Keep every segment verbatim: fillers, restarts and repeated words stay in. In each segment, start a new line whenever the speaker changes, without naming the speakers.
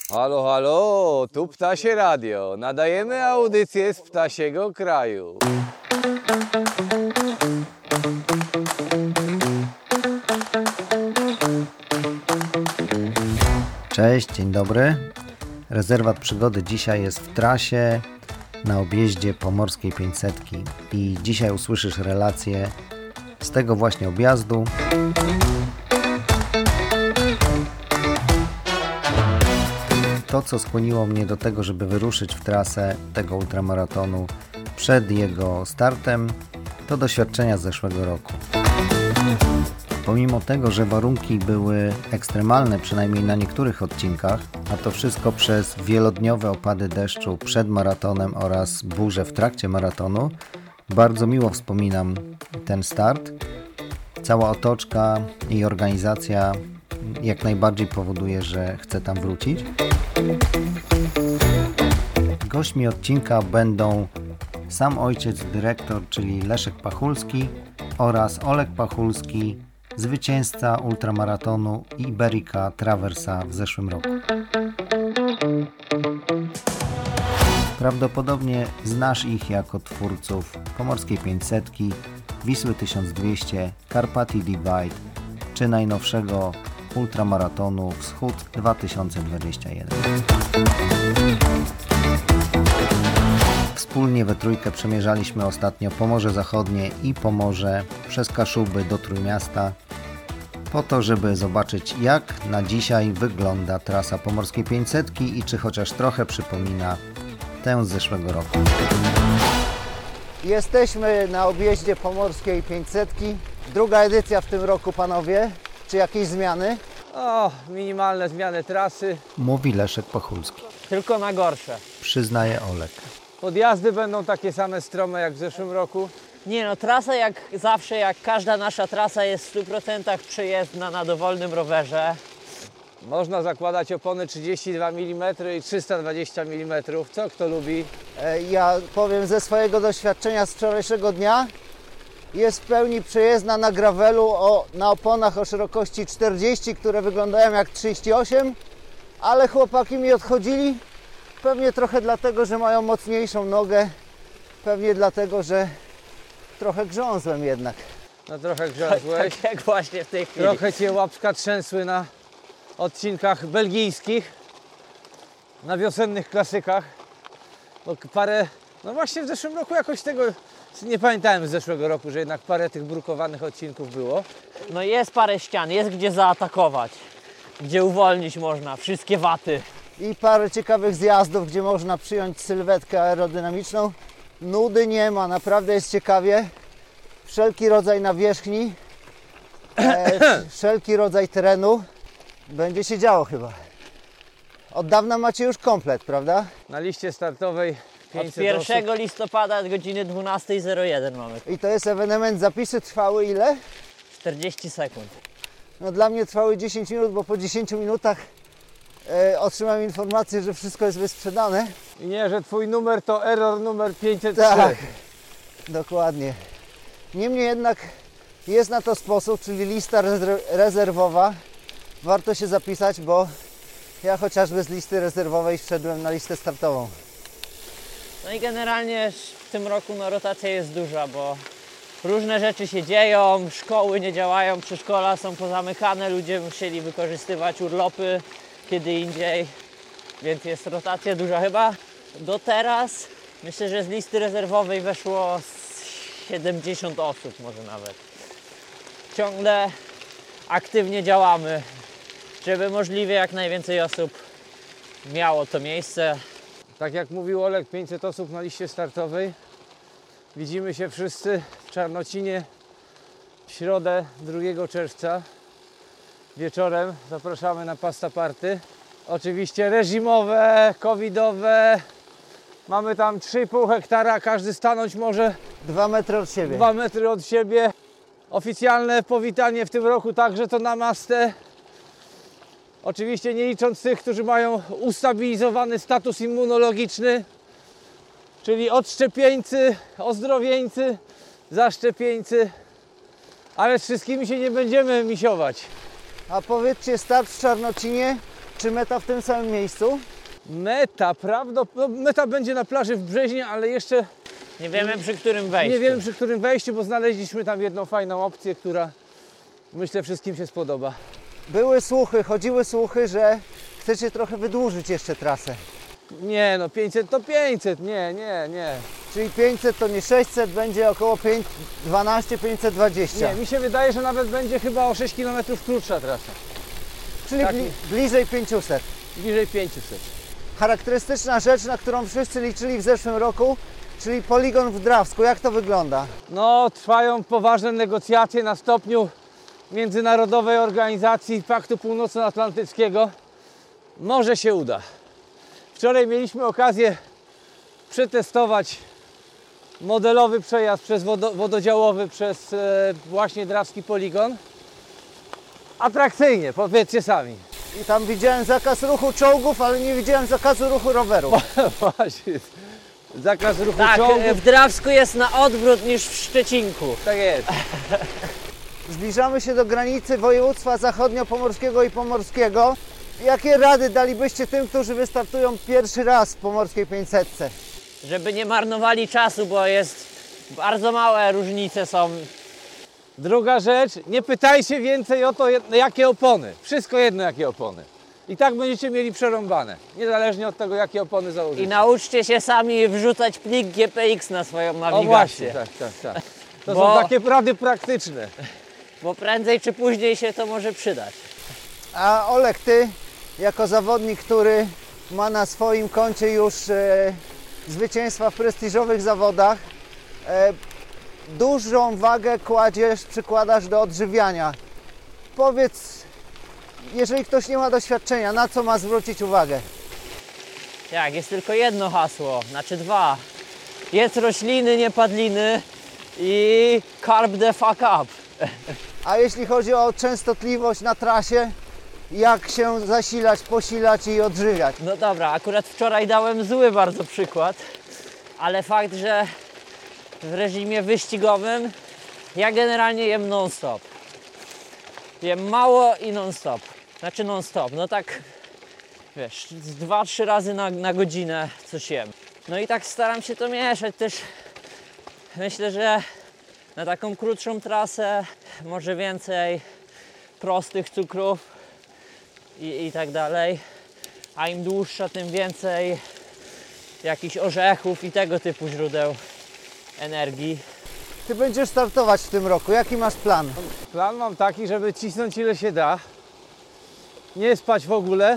Halo, halo, tu Ptasie Radio. Nadajemy audycję z ptasiego kraju.
Cześć, dzień dobry. Rezerwat przygody dzisiaj jest w trasie na objeździe Pomorskiej pięćsetki i dzisiaj usłyszysz relację z tego właśnie objazdu. To, co skłoniło mnie do tego, żeby wyruszyć w trasę tego ultramaratonu przed jego startem, to doświadczenia z zeszłego roku. Pomimo tego, że warunki były ekstremalne, przynajmniej na niektórych odcinkach, a to wszystko przez wielodniowe opady deszczu przed maratonem oraz burze w trakcie maratonu, bardzo miło wspominam ten start. Cała otoczka i organizacja jak najbardziej powoduje, że chcę tam wrócić. Gośćmi odcinka będą sam ojciec dyrektor, czyli Leszek Pachulski oraz Olek Pachulski, zwycięzca ultramaratonu Iberika Traversa w zeszłym roku. Prawdopodobnie znasz ich jako twórców Pomorskiej pięćsetki, Wisły tysiąc dwieście, Carpati Divide czy najnowszego ultramaratonu Wschód dwa tysiące dwudziesty pierwszy. Wspólnie we trójkę przemierzaliśmy ostatnio Pomorze Zachodnie i Pomorze przez Kaszuby do Trójmiasta po to, żeby zobaczyć, jak na dzisiaj wygląda trasa Pomorskiej pięćsetki i czy chociaż trochę przypomina tę z zeszłego roku.
Jesteśmy na objeździe Pomorskiej pięćsetki. Druga edycja w tym roku, panowie. Czy jakieś zmiany?
O, minimalne zmiany trasy.
Mówi Leszek Pachulski.
Tylko na gorsze.
Przyznaje Olek.
Podjazdy będą takie same strome jak w zeszłym roku.
Nie no, trasa jak zawsze, jak każda nasza trasa jest w stu procentach przejezdna na dowolnym rowerze.
Można zakładać opony trzydzieści dwa milimetry i trzysta dwadzieścia milimetrów. Co kto lubi?
E, Ja powiem ze swojego doświadczenia z wczorajszego dnia. Jest w pełni przejezdna na gravelu o, na oponach o szerokości czterdzieści, które wyglądają jak trzydzieści osiem, ale chłopaki mi odchodzili. Pewnie trochę dlatego, że mają mocniejszą nogę. Pewnie dlatego, że trochę grzązłem jednak.
No trochę grzęzłeś.
Tak jak właśnie w tej chwili.
Trochę cię łapska trzęsły na odcinkach belgijskich, na wiosennych klasykach. Bo parę, no właśnie w zeszłym roku jakoś tego, nie pamiętałem z zeszłego roku, że jednak parę tych brukowanych odcinków było.
No jest parę ścian, jest gdzie zaatakować, gdzie uwolnić można, wszystkie waty.
I parę ciekawych zjazdów, gdzie można przyjąć sylwetkę aerodynamiczną. Nudy nie ma, naprawdę jest ciekawie. Wszelki rodzaj nawierzchni, e, wszelki rodzaj terenu. Będzie się działo chyba. Od dawna macie już komplet, prawda?
Na liście startowej
Od
pięćset
pierwszego
osób.
listopada od godziny dwunastej zero jeden mamy.
I to jest ewenement, zapisy trwały ile?
czterdzieści sekund.
No dla mnie trwały dziesięć minut, bo po dziesięciu minutach e, otrzymałem informację, że wszystko jest wysprzedane.
I nie, że twój numer to error numer pięćset trzy.
Tak, dokładnie. Niemniej jednak jest na to sposób, czyli lista rezerw- rezerwowa. Warto się zapisać, bo ja chociażby z listy rezerwowej wszedłem na listę startową.
No i generalnie w tym roku no, rotacja jest duża, bo różne rzeczy się dzieją, szkoły nie działają, przedszkola są pozamykane, ludzie musieli wykorzystywać urlopy kiedy indziej, więc jest rotacja duża chyba. Do teraz myślę, że z listy rezerwowej weszło z siedemdziesiąt osób może nawet. Ciągle aktywnie działamy, żeby możliwie jak najwięcej osób miało to miejsce.
Tak jak mówił Olek, pięćset osób na liście startowej. Widzimy się wszyscy w Czarnocinie w środę drugiego czerwca wieczorem. Zapraszamy na pasta party. Oczywiście reżimowe, covidowe. Mamy tam trzy i pół hektara, każdy stanąć może
Dwa metry od siebie.
dwa metry od siebie. Oficjalne powitanie w tym roku także to namaste. Oczywiście nie licząc tych, którzy mają ustabilizowany status immunologiczny, czyli odszczepieńcy, ozdrowieńcy, zaszczepieńcy, ale z wszystkimi się nie będziemy misiować.
A powiedzcie, start w Czarnocinie Czy meta w tym samym miejscu?
Meta, prawdopodobnie, no, meta będzie na plaży w Brzeźnie, ale jeszcze
Nie wiemy przy którym wejściu.
nie wiemy przy którym wejściu, bo znaleźliśmy tam jedną fajną opcję, która myślę wszystkim się spodoba.
Były słuchy, chodziły słuchy, że chcecie trochę wydłużyć jeszcze trasę.
Nie no, pięćset to pięćset, nie, nie, nie.
Czyli pięćset to nie sześćset, będzie około dwanaście pięćset dwadzieścia.
Nie, mi się wydaje, że nawet będzie chyba o sześć kilometrów krótsza trasa.
Czyli
taki-
bli, bliżej pięćset.
Bliżej pięćset.
Charakterystyczna rzecz, na którą wszyscy liczyli w zeszłym roku, czyli poligon w Drawsku. Jak to wygląda?
No, trwają poważne negocjacje na stopniu Międzynarodowej Organizacji Paktu Północnoatlantyckiego. Może się uda. Wczoraj mieliśmy okazję przetestować modelowy przejazd przez wodo, wododziałowy przez e, właśnie Drawski poligon. Atrakcyjnie, powiedzcie sami.
I tam widziałem zakaz ruchu czołgów, ale nie widziałem zakazu ruchu rowerów.
Właśnie. Zakaz ruchu
Tak,
czołgów.
w Drawsku jest na odwrót niż w Szczecinku.
Tak jest.
Zbliżamy się do granicy województwa zachodniopomorskiego i pomorskiego. Jakie rady dalibyście tym, którzy wystartują pierwszy raz w Pomorskiej pięćset?
Żeby nie marnowali czasu, bo jest bardzo małe różnice są.
Druga rzecz, nie pytajcie więcej o to, jakie opony. Wszystko jedno, jakie opony. I tak będziecie mieli przerąbane. Niezależnie od tego, jakie opony założycie.
I nauczcie się sami wrzucać plik G P X na swoją
O właśnie,
nawigację.
tak, tak, tak. To
Bo-
są takie rady praktyczne.
Bo prędzej czy później się to może przydać.
A Olek, ty jako zawodnik, który ma na swoim koncie już e, zwycięstwa w prestiżowych zawodach, e, dużą wagę kładziesz, przykładasz do odżywiania. Powiedz, jeżeli ktoś nie ma doświadczenia, na co ma zwrócić uwagę?
Jak, jest tylko jedno hasło, znaczy dwa. Jedz rośliny, nie padliny i carb the fuck up.
A jeśli chodzi o częstotliwość na trasie, jak się zasilać, posilać i odżywiać?
No dobra, akurat wczoraj dałem zły bardzo przykład, ale fakt, że w reżimie wyścigowym ja generalnie jem non-stop. Jem mało i non-stop. Znaczy non-stop, no tak wiesz, z dwa, trzy razy na, na godzinę coś jem. No i tak staram się to mieszać też. Myślę, że na taką krótszą trasę może więcej prostych cukrów i, i tak dalej. A im dłuższa, tym więcej jakichś orzechów i tego typu źródeł energii.
Ty będziesz startować w tym roku, jaki masz plan?
Plan mam taki, żeby cisnąć ile się da. Nie spać w ogóle.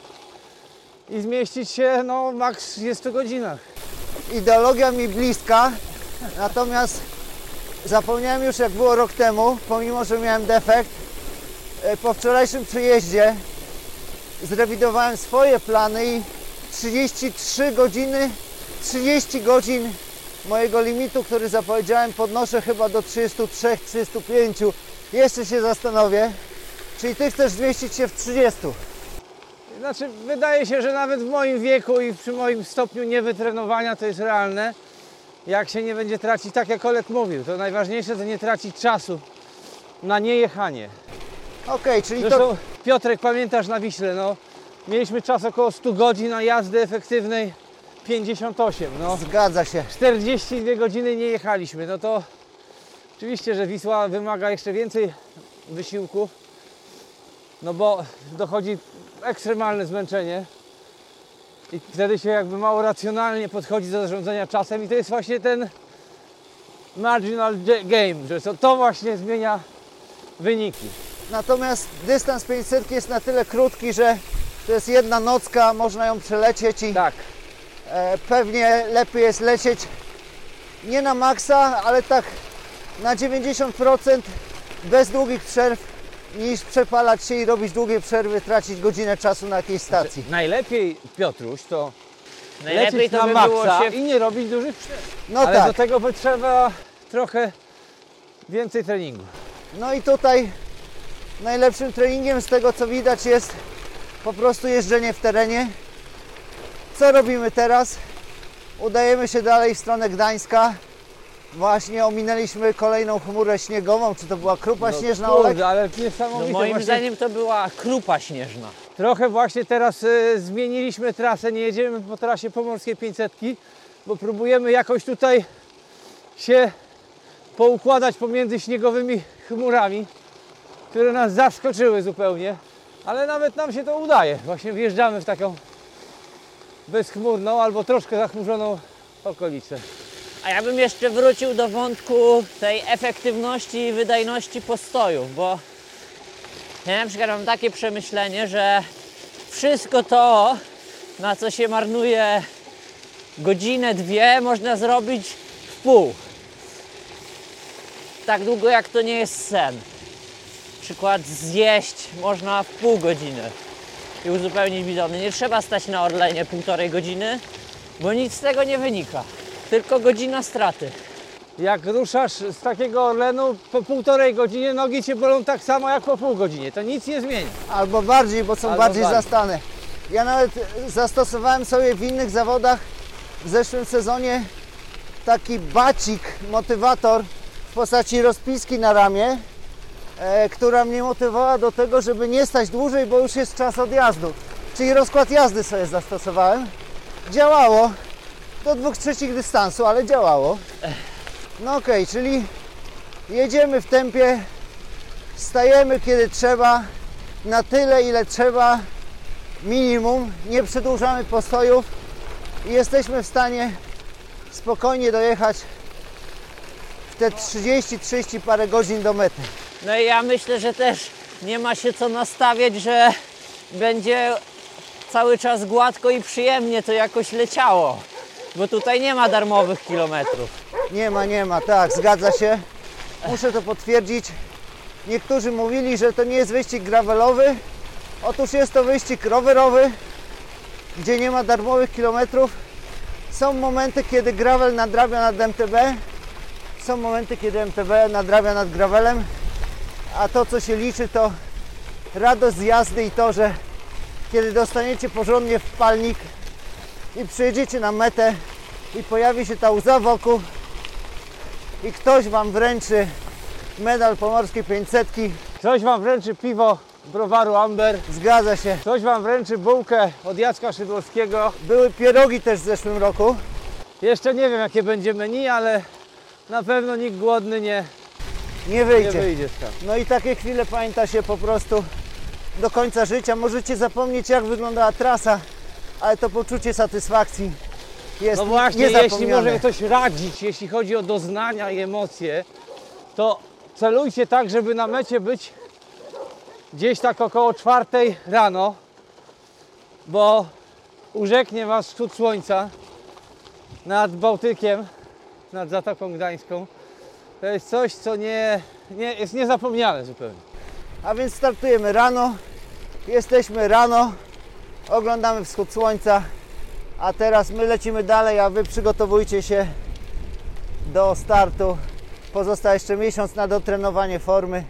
I zmieścić się no maks w trzydziestu godzinach.
Ideologia mi bliska, natomiast zapomniałem już jak było rok temu, pomimo że miałem defekt. E, Po wczorajszym przyjeździe zrewidowałem swoje plany i trzydzieści trzy godziny, trzydzieści godzin mojego limitu, który zapowiedziałem, podnoszę chyba do trzydziestu trzech trzydziestu pięciu. Jeszcze się zastanowię. Czyli ty chcesz zmieścić się w trzydziestu.
Znaczy, wydaje się, że nawet w moim wieku i przy moim stopniu niewytrenowania to jest realne. Jak się nie będzie tracić, tak jak Olek mówił, to najważniejsze to nie tracić czasu na niejechanie.
Okej, czyli to...
Zresztą, Piotrek, pamiętasz na Wiśle, no, mieliśmy czas około stu godzin, a jazdy efektywnej pięćdziesiąt osiem. No,
Zgadza się.
czterdzieści dwie godziny nie jechaliśmy, no to oczywiście, że Wisła wymaga jeszcze więcej wysiłku, no bo dochodzi ekstremalne zmęczenie i wtedy się jakby mało racjonalnie podchodzi do zarządzania czasem i to jest właśnie ten marginal game, że to, to właśnie zmienia wyniki.
Natomiast dystans pięćset jest na tyle krótki, że to jest jedna nocka, można ją przelecieć i
Tak,
e, pewnie lepiej jest lecieć nie na maksa, ale tak na dziewięćdziesiąt procent bez długich przerw, niż przepalać się i robić długie przerwy, tracić godzinę czasu na jakiejś stacji.
najlepiej, Piotruś, to
Najlepiej
lecieć
to
na
by było
maksa
się...
i nie robić dużych przerw.
No
Ale
tak.
do tego potrzeba trochę więcej treningu.
No i tutaj najlepszym treningiem z tego co widać jest po prostu jeżdżenie w terenie. Co robimy teraz? Udajemy się dalej w stronę Gdańska. Właśnie ominęliśmy kolejną chmurę śniegową. Czy to była krupa
No
śnieżna, Olek?
kurde, ale
No
niesamowite.
moim
właśnie.
zdaniem to była krupa śnieżna.
Trochę właśnie teraz y, zmieniliśmy trasę, nie jedziemy po trasie pomorskiej pięćset, bo próbujemy jakoś tutaj się poukładać pomiędzy śniegowymi chmurami, które nas zaskoczyły zupełnie, ale nawet nam się to udaje. Właśnie wjeżdżamy w taką bezchmurną albo troszkę zachmurzoną okolicę.
A ja bym jeszcze wrócił do wątku tej efektywności i wydajności postojów, bo ja na przykład mam takie przemyślenie, że wszystko to, na co się marnuje godzinę, dwie, można zrobić w pół. Tak długo jak to nie jest sen. Na przykład zjeść można w pół godziny i uzupełnić bidony. Nie trzeba stać na Orlenie półtorej godziny, bo nic z tego nie wynika. Tylko godzina straty.
Jak ruszasz z takiego Orlenu, po półtorej godzinie nogi Cię bolą tak samo jak po pół godzinie. To nic nie zmieni.
Albo bardziej, bo są
Albo
bardziej
bardziej.
zastane. Ja nawet zastosowałem sobie w innych zawodach w zeszłym sezonie taki bacik, motywator w postaci rozpiski na ramię, e, która mnie motywowała do tego, żeby nie stać dłużej, bo już jest czas odjazdu. Czyli rozkład jazdy sobie zastosowałem. Działało do dwóch trzecich dystansu, ale działało. No okej, okay, czyli jedziemy w tempie, stajemy kiedy trzeba, na tyle ile trzeba, minimum, nie przedłużamy postojów i jesteśmy w stanie spokojnie dojechać w te trzydzieści trzydzieści parę godzin do mety.
No i ja myślę, że też nie ma się co nastawiać, że będzie cały czas gładko i przyjemnie to jakoś leciało, bo tutaj nie ma darmowych kilometrów.
Nie ma, nie ma, tak, zgadza się. Muszę to potwierdzić. Niektórzy mówili, że to nie jest wyścig gravelowy. Otóż jest to wyścig rowerowy, gdzie nie ma darmowych kilometrów. Są momenty, kiedy gravel nadrabia nad M T B. Są momenty, kiedy M T B nadrabia nad gravelem. A to, co się liczy, to radość z jazdy i to, że kiedy dostaniecie porządnie w palnik i przyjedziecie na metę i pojawi się ta łza wokół i ktoś Wam wręczy medal pomorskiej pięćset.
Ktoś Wam wręczy piwo browaru Amber,
Zgadza się.
ktoś Wam wręczy bułkę od Jacka Szydłowskiego.
Były pierogi też w zeszłym roku.
Jeszcze nie wiem, jakie będzie menu, ale na pewno nikt głodny nie,
Nie
nie
wyjdzie.
wyjdzie stąd.
No i takie chwile pamięta się po prostu do końca życia. Możecie zapomnieć, jak wyglądała trasa, ale to poczucie satysfakcji jest
No właśnie, jeśli
niezapomniane.
może ktoś radzić, jeśli chodzi o doznania i emocje, to celujcie tak, żeby na mecie być gdzieś tak około czwartej rano, bo urzeknie Was wschód słońca nad Bałtykiem, nad Zatoką Gdańską. To jest coś, co nie, nie, jest niezapomniane zupełnie.
A więc startujemy rano, jesteśmy rano, oglądamy wschód słońca, a teraz my lecimy dalej, a Wy przygotowujcie się do startu. Pozostaje jeszcze miesiąc na dotrenowanie formy.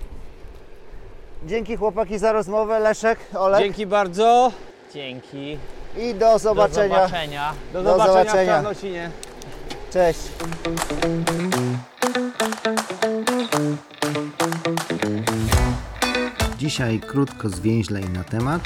Dzięki chłopaki za rozmowę, Leszek, Olek,
Dzięki bardzo.
Dzięki.
i do zobaczenia.
Do zobaczenia.
Do,
Do
zobaczenia,
zobaczenia.
w Czarnocinie.
Cześć.
Dzisiaj krótko zwięźlej na temat.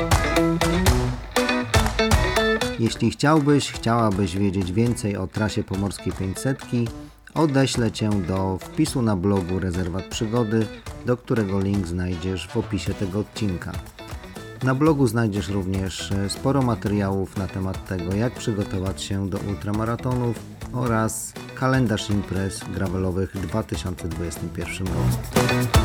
Jeśli chciałbyś, chciałabyś wiedzieć więcej o trasie pomorskiej pięćset, odeślę Cię do wpisu na blogu Rezerwat Przygody, do którego link znajdziesz w opisie tego odcinka. Na blogu znajdziesz również sporo materiałów na temat tego, jak przygotować się do ultramaratonów oraz kalendarz imprez gravelowych w dwa tysiące dwudziestym pierwszym roku.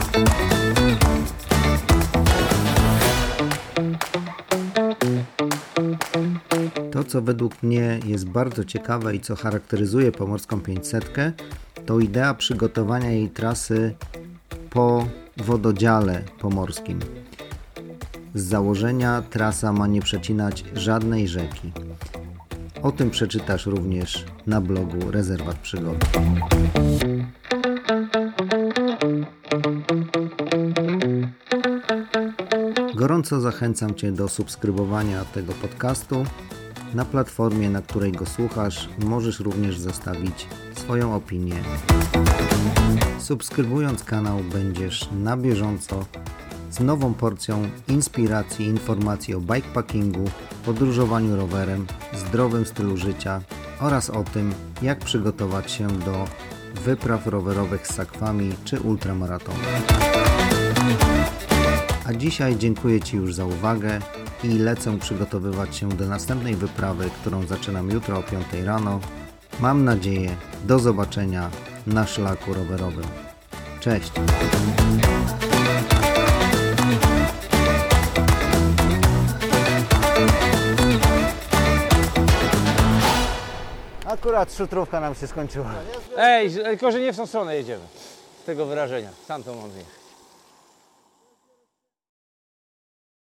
To, co według mnie jest bardzo ciekawe i co charakteryzuje pomorską pięćset, to idea przygotowania jej trasy po wododziale pomorskim. Z założenia trasa ma nie przecinać żadnej rzeki. O tym przeczytasz również na blogu Rezerwat Przygody. Gorąco zachęcam Cię do subskrybowania tego podcastu Na platformie, na której go słuchasz, możesz również zostawić swoją opinię. Subskrybując kanał, będziesz na bieżąco z nową porcją inspiracji i informacji o bikepackingu, podróżowaniu rowerem, zdrowym stylu życia oraz o tym, jak przygotować się do wypraw rowerowych z sakwami czy ultramaratonu. A dzisiaj dziękuję Ci już za uwagę i lecę przygotowywać się do następnej wyprawy, którą zaczynam jutro o piątej rano. Mam nadzieję, do zobaczenia na szlaku rowerowym. Cześć!
Akurat szutrówka nam się skończyła.
Ej, tylko że nie w tą stronę jedziemy. Z tego wyrażenia. Sam to mam wie.